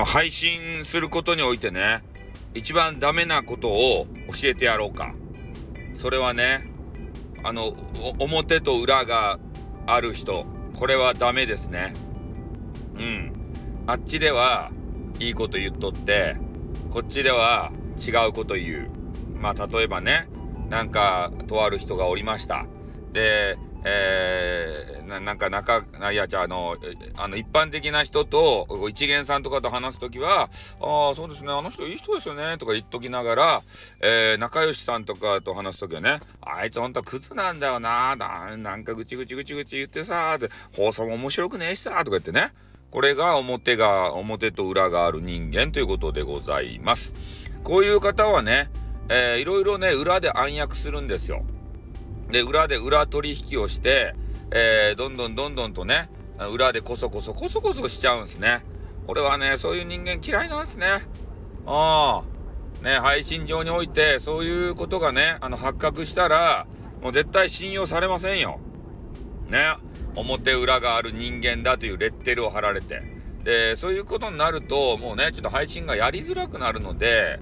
配信することにおいてね、一番ダメなことを教えてやろうか。それはね、表と裏がある人、これはダメですね。あっちではいいこと言っとって、こっちでは違うこと言う。例えばね、なんかとある人がおりました。で、一般的な人と一元さんとかと話すときは、そうですね、あの人いい人ですよねとか言っときながら、仲良しさんとかと話すときはね、あいつほんとクズなんだよな、なんかぐち言ってさ、放送も面白くねえしさとか言ってね、これが表と裏がある人間ということでございます。こういう方はね、いろいろね、裏で暗躍するんですよ。で、裏で裏取引をして、どんどんとね、裏でこそこそしちゃうんですね。俺はね、そういう人間嫌いなんですね。配信上において、そういうことがね、発覚したら、もう絶対信用されませんよ。ね、表裏がある人間だというレッテルを貼られて。で、そういうことになると、もうね、ちょっと配信がやりづらくなるので、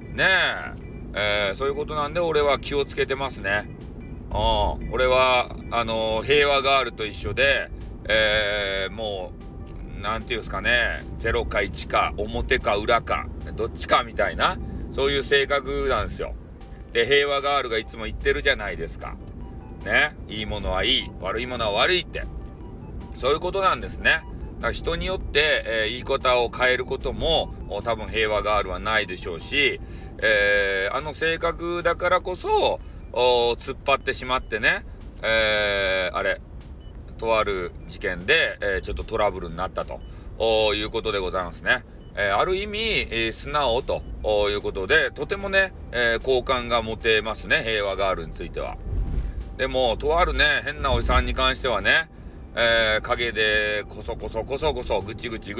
そういうことなんで、俺は気をつけてますね。俺は平和ガールと一緒で、もうなんていうんですかね、0か1か表か裏かどっちかみたいな、そういう性格なんですよ。で、平和ガールがいつも言ってるじゃないですかね。いいものはいい、悪いものは悪いって、そういうことなんですね。だから人によって、言い方を変えることも多分平和ガールはないでしょうし、性格だからこそ突っ張ってしまってね、とある事件で、ちょっとトラブルになったということでございますね。ある意味、素直ということで、とてもね、好感が持てますね、平和ガールについては。でも、とあるね、変なおじさんに関してはね、陰でこそこそぐちぐち、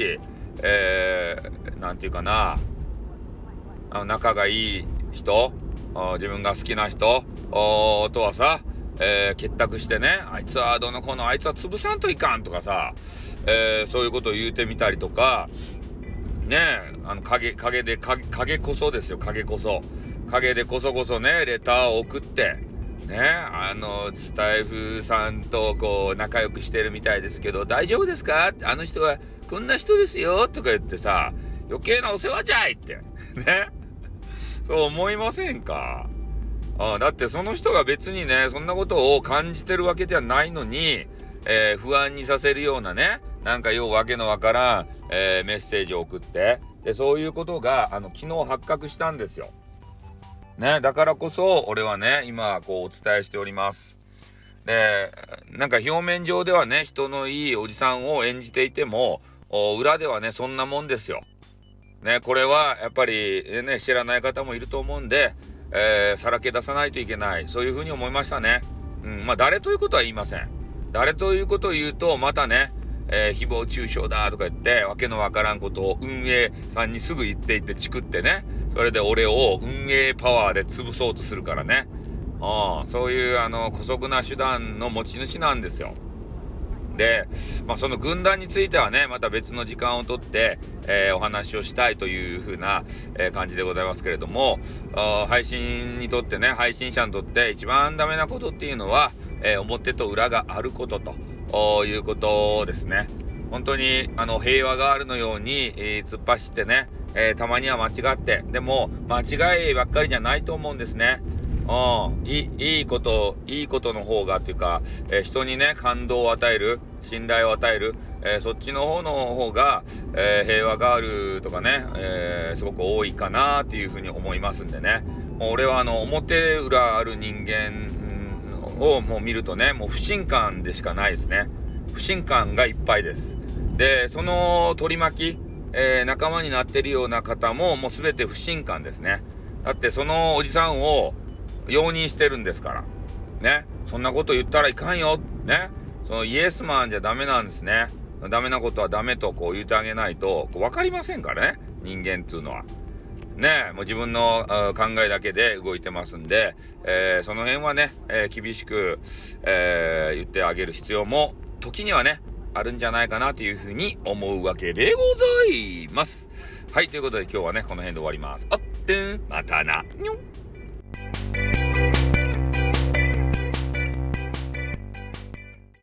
なんていうかな、仲がいい人、自分が好きな人とはさ、結託してね、あいつはどの子の、あいつは潰さんといかんとかさ、そういうことを言うてみたりとかね、影こそですよ。影でこそね、レターを送ってね、スタイフさんとこう仲良くしてるみたいですけど大丈夫ですか、あの人はこんな人ですよとか言ってさ、余計なお世話じゃいってね、そう思いませんか？だってその人が別にね、そんなことを感じてるわけではないのに、不安にさせるようなね、なんかようわけのわからん、メッセージを送って、でそういうことが昨日発覚したんですよ。ね、だからこそ俺はね、今こうお伝えしております。で、なんか表面上ではね、人のいいおじさんを演じていても、裏ではね、そんなもんですよ。ね、これはやっぱりね、知らない方もいると思うんで、さらけ出さないといけない、そういうふうに思いましたね。誰ということは言いません。誰ということを言うとまたね、誹謗中傷だとか言ってわけのわからんことを運営さんにすぐ言っていってチクってね、それで俺を運営パワーで潰そうとするからね。そういう姑息な手段の持ち主なんですよ。で、その軍団についてはね、また別の時間をとって、お話をしたいという風な、感じでございますけれども、配信にとってね、配信者にとって一番ダメなことっていうのは、表と裏があることということですね。本当に平和ガールのように、突っ走ってね、たまには間違って、でも間違いばっかりじゃないと思うんですね。いいことの方がっていうか、人にね、感動を与える、信頼を与える、そっちの方が、平和ガールとかね、すごく多いかなっていうふうに思いますんでね。もう俺は表裏ある人間をもう見るとね、もう不信感でしかないですね。不信感がいっぱいです。で、その取り巻き、仲間になってるような方ももう全て不信感ですね。だってそのおじさんを容認してるんですからね。そんなこと言ったらいかんよね。そのイエスマンじゃダメなんですね。ダメなことはダメとこう言ってあげないと分かりませんからね、人間っていうのはね。もう自分の考えだけで動いてますんで、その辺はね、厳しく、言ってあげる必要も時にはねあるんじゃないかなというふうに思うわけでございます。はい、ということで今日はね、この辺で終わります。あってん、またな。にょん。